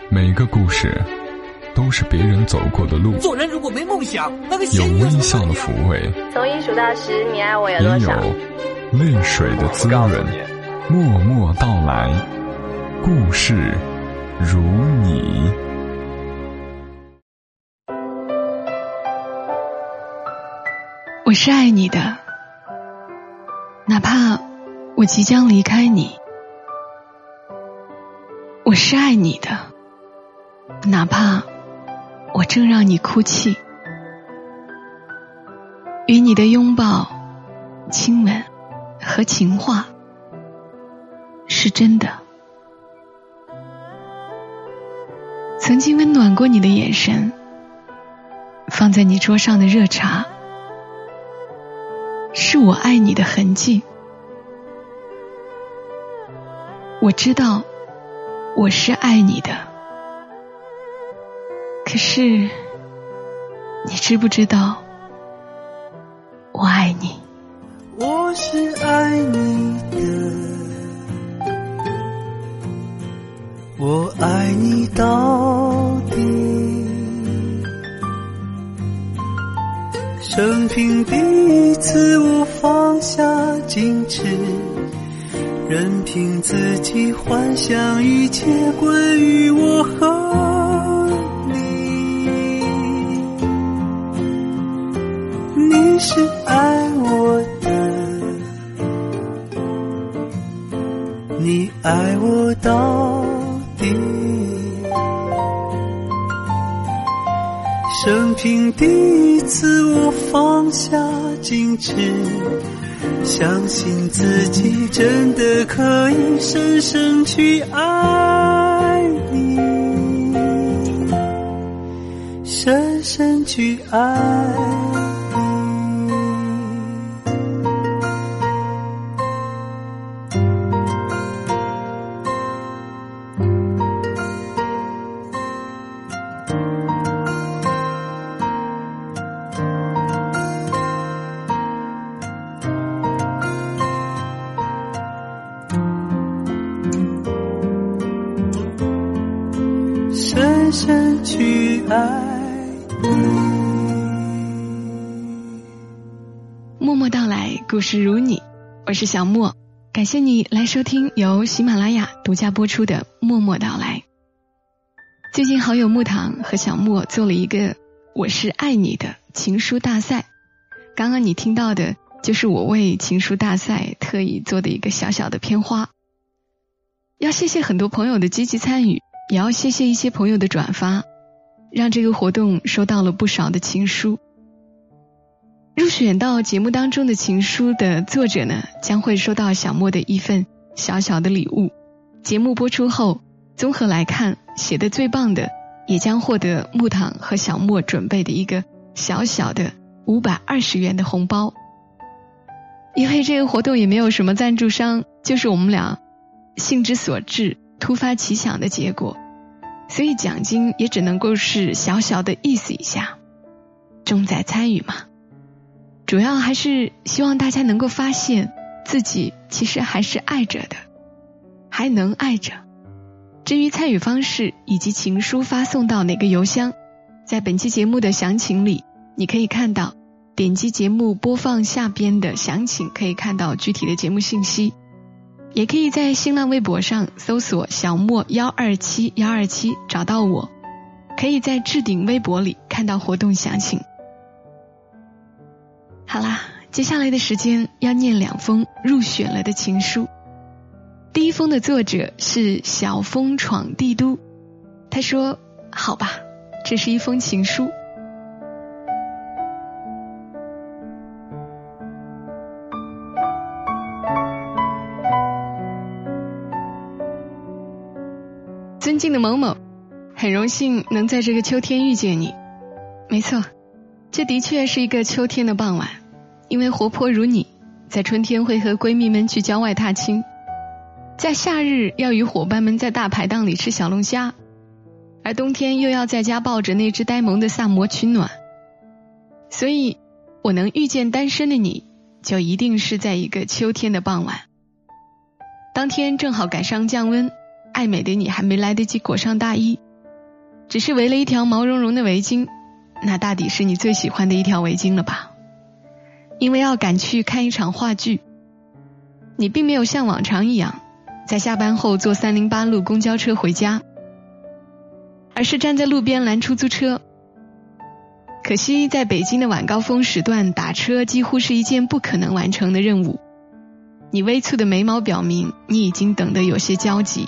每个故事都是别人走过的路， 做人如果没梦想，那个有微笑的抚慰， 从一数到10，你爱我有多少？ 也有泪水的滋润。默默到来，故事如你。 我是爱你的，哪怕我即将离开你。我是爱你的，哪怕我正让你哭泣。与你的拥抱、亲吻和情话是真的。曾经温暖过你的眼神，放在你桌上的热茶，是我爱你的痕迹。我知道我是爱你的，可是你知不知道我爱你？ 我是爱你的，我爱你到底。生平第一次我放下矜持，任凭自己幻想一切关于我和你。你是爱我的，你爱我到底。生平第一次我放下矜持，相信自己真的可以深深去爱你，深深去爱你。深深去爱你。 默默到来，故事如你，我是小莫，感谢你来收听由喜马拉雅独家播出的默默到来。最近好友木糖和小莫做了一个我是爱你的情书大赛，刚刚你听到的就是我为情书大赛特意做的一个小小的片花。要谢谢很多朋友的积极参与，也要谢谢一些朋友的转发，让这个活动收到了不少的情书。入选到节目当中的情书的作者呢，将会收到小莫的一份小小的礼物。节目播出后，综合来看，写得最棒的也将获得木糖和小莫准备的一个小小的520元的红包。因为这个活动也没有什么赞助商，就是我们俩兴之所至突发奇想的结果，所以奖金也只能够是小小的意思一下，重在参与嘛。主要还是希望大家能够发现自己其实还是爱着的，还能爱着。至于参与方式以及情书发送到哪个邮箱，在本期节目的详情里你可以看到，点击节目播放下边的详情可以看到具体的节目信息。也可以在新浪微博上搜索小莫127127找到我，可以在置顶微博里看到活动详情。好啦，接下来的时间要念2封入选了的情书。第一封的作者是小风闯帝都，他说：好吧，这是一封情书。尊敬的某某，很荣幸能在这个秋天遇见你。没错，这的确是一个秋天的傍晚，因为活泼如你，在春天会和闺蜜们去郊外踏青，在夏日要与伙伴们在大排档里吃小龙虾，而冬天又要在家抱着那只呆萌的萨摩取暖。所以我能遇见单身的你，就一定是在一个秋天的傍晚。当天正好赶上降温，爱美的你还没来得及裹上大衣， 只是围了一条毛茸茸的围巾，那大抵是你最喜欢的一条围巾了吧？因为要赶去看一场话剧，你并没有像往常一样在下班后坐308路公交车回家，而是站在路边拦出租车。可惜在北京的晚高峰时段打车几乎是一件不可能完成的任务，你微蹙的眉毛表明你已经等得有些焦急。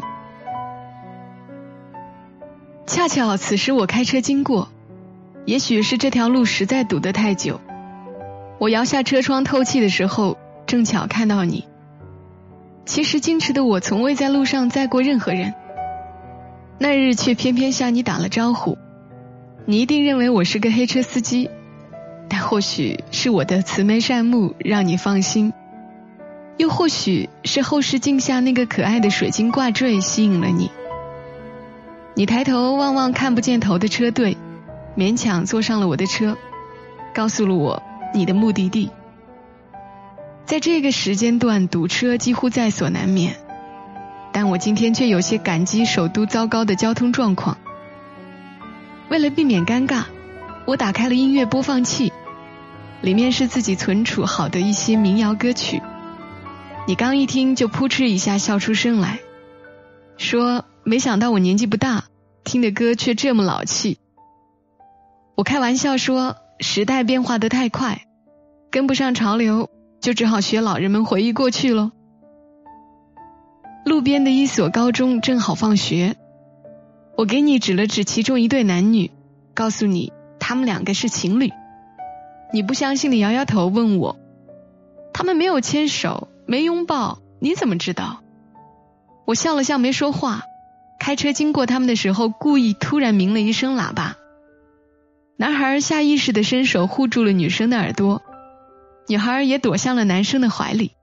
恰巧此时我开车经过，也许是这条路实在堵得太久，我摇下车窗透气的时候正巧看到你。其实矜持的我从未在路上载过任何人，那日却偏偏向你打了招呼。你一定认为我是个黑车司机，但或许是我的慈眉善目让你放心，又或许是后视镜下那个可爱的水晶挂坠吸引了你。你抬头望望看不见头的车队，勉强坐上了我的车，告诉了我你的目的地。在这个时间段堵车几乎在所难免，但我今天却有些感激首都糟糕的交通状况。为了避免尴尬，我打开了音乐播放器，里面是自己存储好的一些民谣歌曲。你刚一听就扑哧一下笑出声来，说没想到我年纪不大，听的歌却这么老气。我开玩笑说时代变化得太快，跟不上潮流，就只好学老人们回忆过去咯。路边的一所高中正好放学，我给你指了指其中一对男女，告诉你他们2个是情侣。你不相信地摇摇头问我，他们没有牵手，没拥抱，你怎么知道？我笑了笑没说话，开车经过他们的时候故意突然鸣了一声喇叭。男孩下意识地伸手护住了女生的耳朵，女孩也躲向了男生的怀里。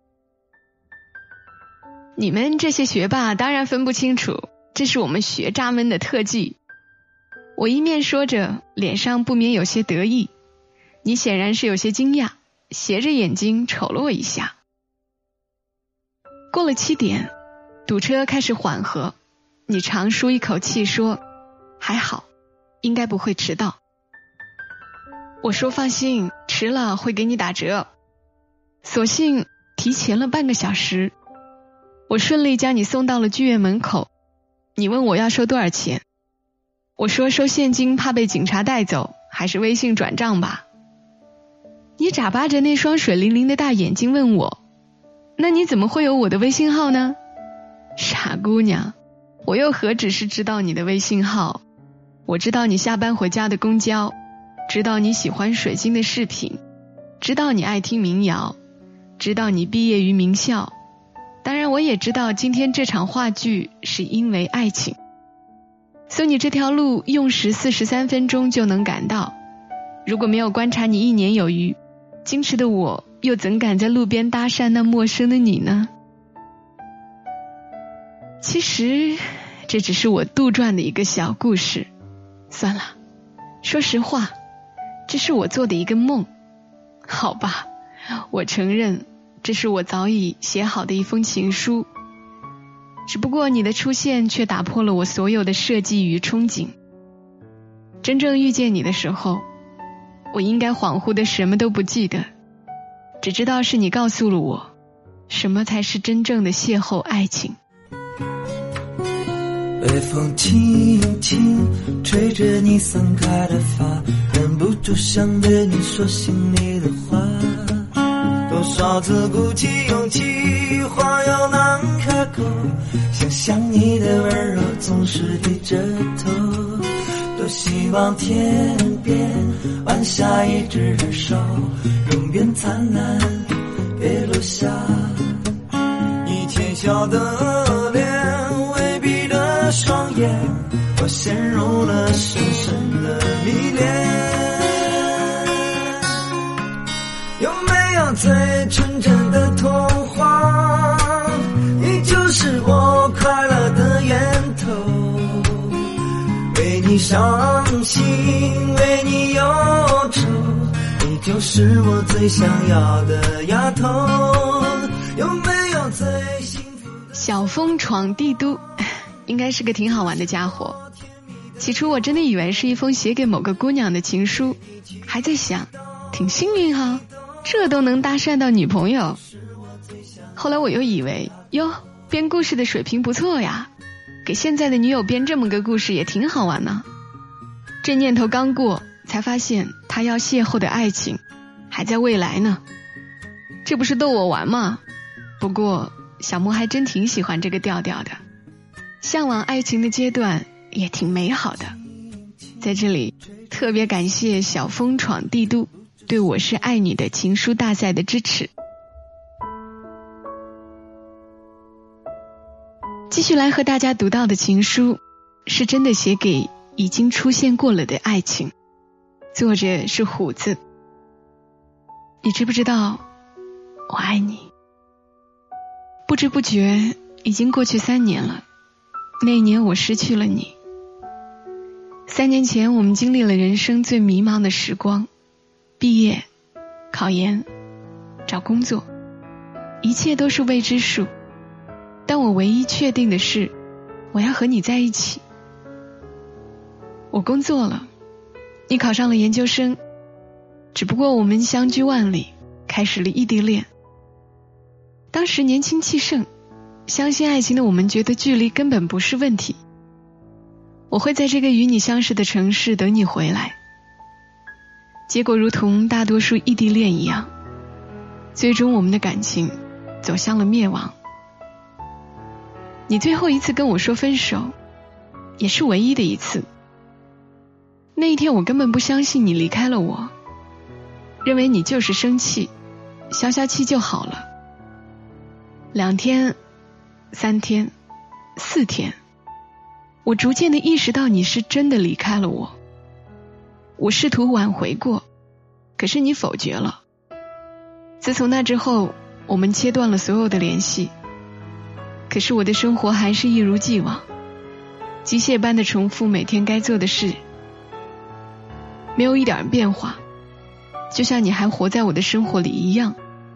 你们这些学霸当然分不清楚，这是我们学渣们的特技。我一面说着，脸上不免有些得意。你显然是有些惊讶，斜着眼睛瞅了我一下。过了7点，堵车开始缓和，你长舒一口气说，还好，应该不会迟到。我说放心，迟了会给你打折。索性提前了半个小时，我顺利将你送到了剧院门口。你问我要收多少钱，我说收现金怕被警察带走，还是微信转账吧。你眨巴着那双水灵灵的大眼睛问我，那你怎么会有我的微信号呢？傻姑娘，我又何止是知道你的微信号，我知道你下班回家的公交，知道你喜欢水晶的饰品，知道你爱听民谣，知道你毕业于名校，当然我也知道今天这场话剧是因为爱情。送你这条路用时43分钟就能赶到，如果没有观察你1年有余，矜持的我又怎敢在路边搭讪那陌生的你呢？其实这只是我杜撰的一个小故事，算了，说实话，这是我做的一个梦。好吧，我承认这是我早已写好的一封情书，只不过你的出现却打破了我所有的设计与憧憬。真正遇见你的时候，我应该恍惚的什么都不记得，只知道是你告诉了我，什么才是真正的邂逅爱情。 微风轻轻吹着你散开的发，忍不住想对你说心里的话。多少次鼓起勇气，话又难开口，想象你的温柔总是低着头。多希望天边弯下一只人手，永远灿烂别落下。你浅笑的脸，微闭的双眼，我陷入了深深的迷恋。有没有最纯真的童话，你就是我快乐的源头。为你伤心，为你忧愁，你就是我最想要的丫头。有没有最幸福的小风闯帝都，应该是个挺好玩的家伙。 起初我真的以为是一封写给某个姑娘的情书，还在想挺幸运哈，这都能搭讪到女朋友。后来我又以为哟，编故事的水平不错呀，给现在的女友编这么个故事也挺好玩呢。这念头刚过，才发现他要邂逅的爱情还在未来呢。这不是逗我玩吗？不过小莫还真挺喜欢这个调调的，向往爱情的阶段也挺美好的。在这里特别感谢小风闯帝都对我是爱你的情书大赛的支持。继续来和大家读到的情书，是真的写给已经出现过了的爱情，作者是虎子。你知不知道我爱你？不知不觉已经过去3年了，那一年我失去了你。3年前我们经历了人生最迷茫的时光，毕业、考研、找工作，一切都是未知数。但我唯一确定的是，我要和你在一起。我工作了，你考上了研究生，只不过我们相距万里，开始了异地恋。当时年轻气盛，相信爱情的我们觉得距离根本不是问题。我会在这个与你相识的城市等你回来。结果如同大多数异地恋一样，最终我们的感情走向了灭亡。你最后一次跟我说分手，也是唯一的一次。那一天我根本不相信你离开了我，认为你就是生气，消消气就好了。2天、3天、4天，我逐渐地意识到你是真的离开了我。我试图挽回过，可是你否决了。自从那之后，我们切断了所有的联系。可是我的生活还是一如既往，机械般的重复每天该做的事，没有一点变化，就像你还活在我的生活里一样。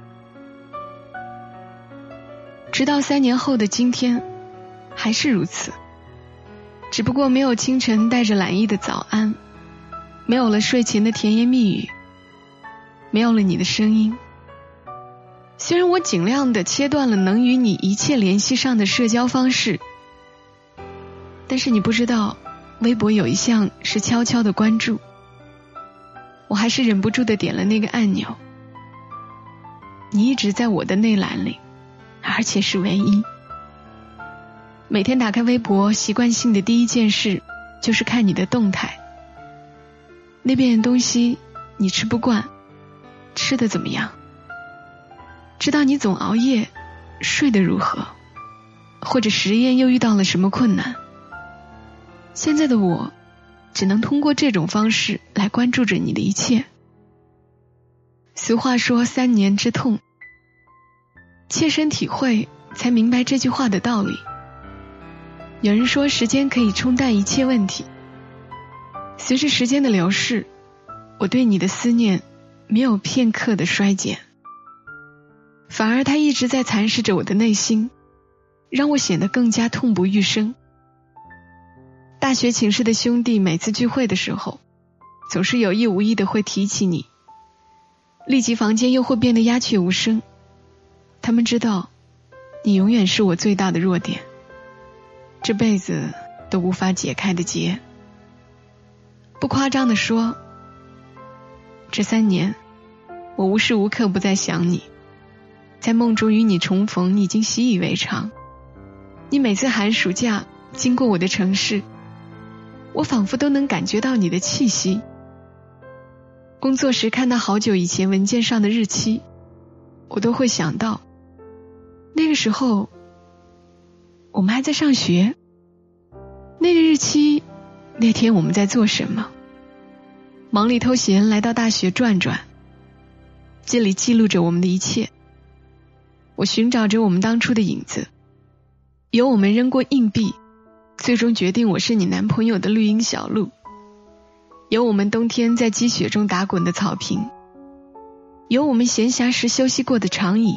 直到3年后的今天，还是如此。只不过没有清晨带着懒意的早安，没有了睡前的甜言蜜语，没有了你的声音。虽然我尽量地切断了能与你一切联系上的社交方式，但是你不知道，微博有一项是悄悄的关注，我还是忍不住地点了那个按钮。你一直在我的内栏里，而且是唯一。每天打开微博，习惯性的第一件事就是看你的动态。那边的东西你吃不惯，吃得怎么样？知道你总熬夜，睡得如何，或者实验又遇到了什么困难。现在的我只能通过这种方式来关注着你的一切。俗话说3年之痛，切身体会才明白这句话的道理。有人说时间可以冲淡一切问题，随着时间的流逝，我对你的思念没有片刻的衰减，反而它一直在蚕食着我的内心，让我显得更加痛不欲生。大学寝室的兄弟每次聚会的时候，总是有意无意的会提起你，立即房间又会变得鸦雀无声。他们知道你永远是我最大的弱点，这辈子都无法解开的结。不夸张地说，这3年我无时无刻不在想你，在梦中与你重逢已经习以为常。你每次寒暑假经过我的城市，我仿佛都能感觉到你的气息。工作时看到好久以前文件上的日期，我都会想到那个时候我们还在上学，那个日期，那天我们在做什么。忙里偷闲来到大学转转，这里记录着我们的一切。我寻找着我们当初的影子，有我们扔过硬币，最终决定我是你男朋友的绿荫小路，有我们冬天在积雪中打滚的草坪，有我们闲暇时休息过的长椅，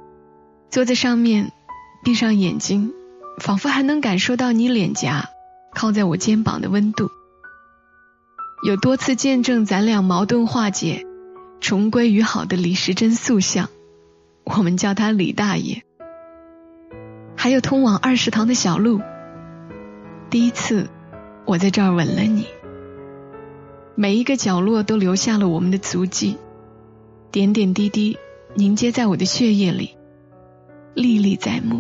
坐在上面闭上眼睛，仿佛还能感受到你脸颊靠在我肩膀的温度，有多次见证咱俩矛盾化解，重归于好的李时珍塑像，我们叫他李大爷。还有通往20堂的小路，第一次我在这儿吻了你。每一个角落都留下了我们的足迹，点点滴滴凝结在我的血液里，历历在目。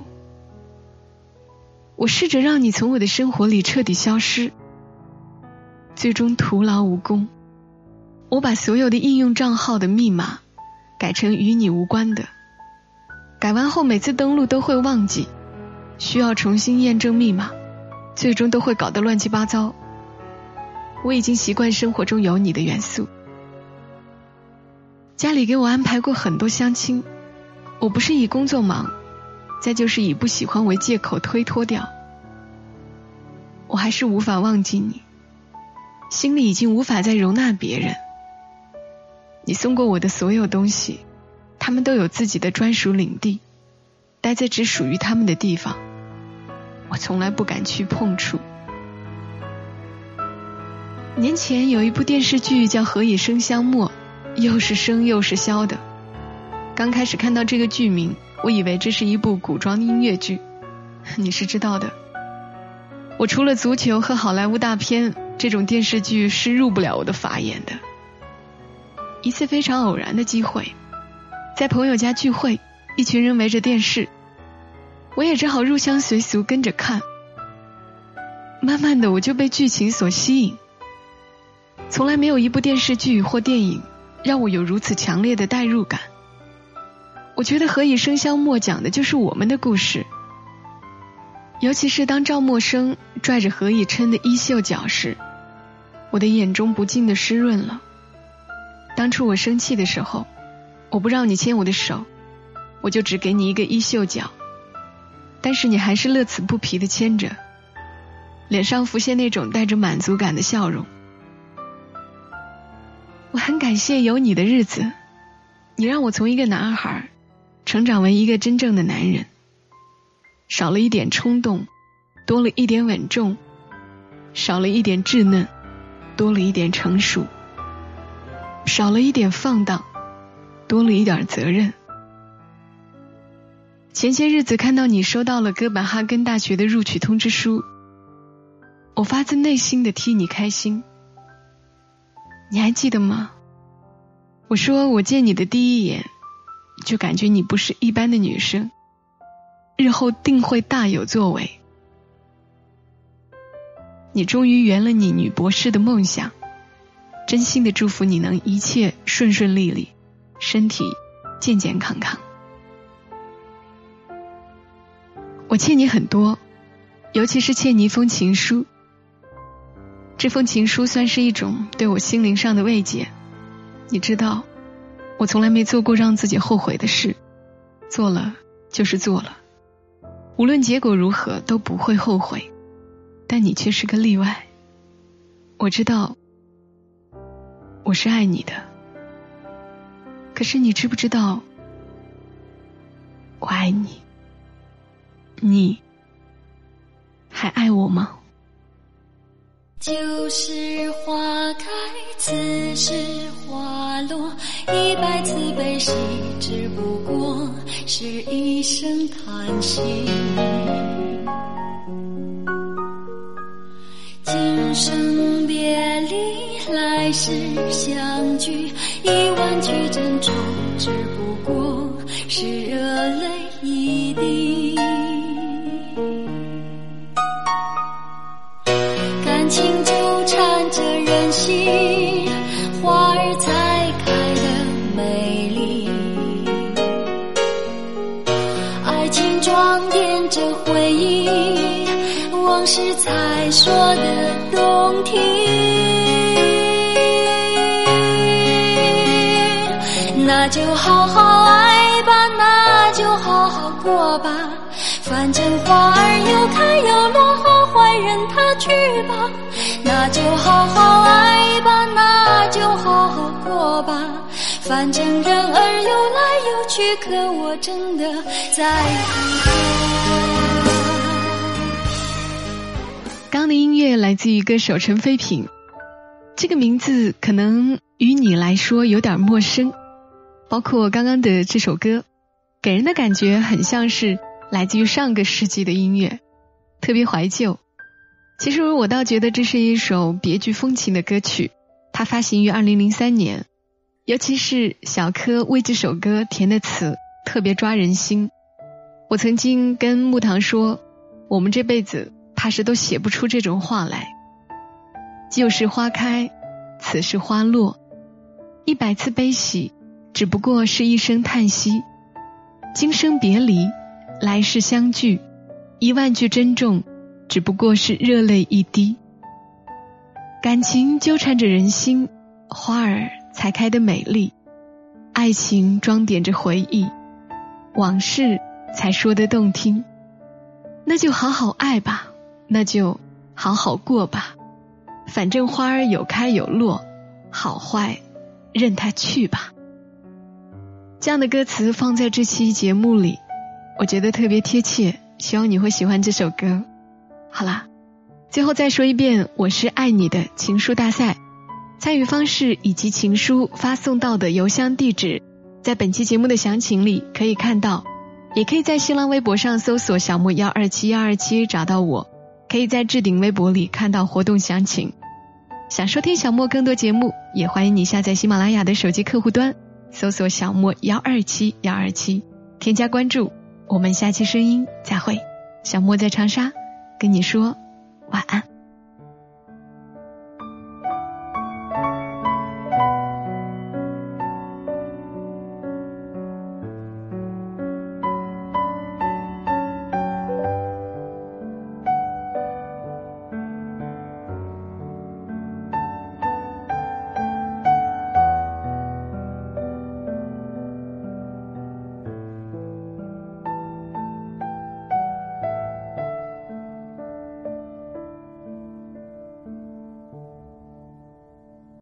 我试着让你从我的生活里彻底消失，最终徒劳无功。我把所有的应用账号的密码改成与你无关的，改完后每次登录都会忘记，需要重新验证密码，最终都会搞得乱七八糟。我已经习惯生活中有你的元素。家里给我安排过很多相亲，我不是以工作忙，再就是以不喜欢为借口推脱掉。我还是无法忘记你，心里已经无法再容纳别人。你送过我的所有东西，他们都有自己的专属领地，待在只属于他们的地方，我从来不敢去碰触。年前有一部电视剧叫《何以笙箫默》，又是笙又是箫的。刚开始看到这个剧名，我以为这是一部古装音乐剧。你是知道的，我除了足球和好莱坞大片，这种电视剧是入不了我的法眼的。一次非常偶然的机会，在朋友家聚会，一群人围着电视，我也只好入乡随俗跟着看。慢慢的我就被剧情所吸引，从来没有一部电视剧或电影让我有如此强烈的代入感。我觉得何以笙箫默讲的就是我们的故事，尤其是当赵默笙拽着何以琛的衣袖角时，我的眼中不禁地湿润了。当初我生气的时候，我不让你牵我的手，我就只给你一个衣袖角，但是你还是乐此不疲地牵着，脸上浮现那种带着满足感的笑容。我很感谢有你的日子，你让我从一个男孩成长为一个真正的男人，少了一点冲动，多了一点稳重，少了一点稚嫩，多了一点成熟，少了一点放荡，多了一点责任。前些日子看到你收到了哥本哈根大学的录取通知书，我发自内心的替你开心。你还记得吗？我说我见你的第一眼就感觉你不是一般的女生，日后定会大有作为。你终于圆了你女博士的梦想，真心的祝福你能一切顺顺利利，身体健健康康。我欠你很多，尤其是欠你一封情书。这封情书算是一种对我心灵上的慰藉。你知道，我从来没做过让自己后悔的事，做了就是做了，无论结果如何都不会后悔，但你却是个例外。我知道我是爱你的，可是你知不知道我爱你？你还爱我吗？ 旧时花开，此时花落，100次悲喜，只不过是一声叹息。今生别离，来世相聚，10000句珍重，只不过是热泪一滴。感情纠缠着人心，花儿才开得美丽。爱情装点着回忆，往事才说得动听。那就好好爱吧，那就好好过吧，反正花儿有开有落，好坏任它去吧。那就好好爱吧，那就好好过吧，反正人儿有来有去，可我真的在乎他。 刚刚的音乐来自于歌手陈飞平，这个名字可能与你来说有点陌生，包括刚刚的这首歌，给人的感觉很像是来自于上个世纪的音乐，特别怀旧。其实我倒觉得这是一首别具风情的歌曲，它发行于2003年，尤其是小柯为这首歌填的词特别抓人心。我曾经跟木堂说，我们这辈子怕是都写不出这种话来。旧时花开，此时花落，100次悲喜，只不过是一声叹息。今生别离，来世相聚，10000句珍重，只不过是热泪一滴。感情纠缠着人心，花儿才开得美丽，爱情装点着回忆，往事才说得动听。那就好好爱吧，那就好好过吧，反正花儿有开有落，好坏任它去吧。这样的歌词放在这期节目里，我觉得特别贴切，希望你会喜欢这首歌。好啦，最后再说一遍，我是爱你的情书大赛，参与方式以及情书发送到的邮箱地址，在本期节目的详情里可以看到，也可以在新浪微博上搜索小莫127127找到我，可以在置顶微博里看到活动详情。想收听小莫更多节目，也欢迎你下载喜马拉雅的手机客户端，搜索小莫127127，添加关注。我们下期声音再会，小莫在长沙跟你说晚安。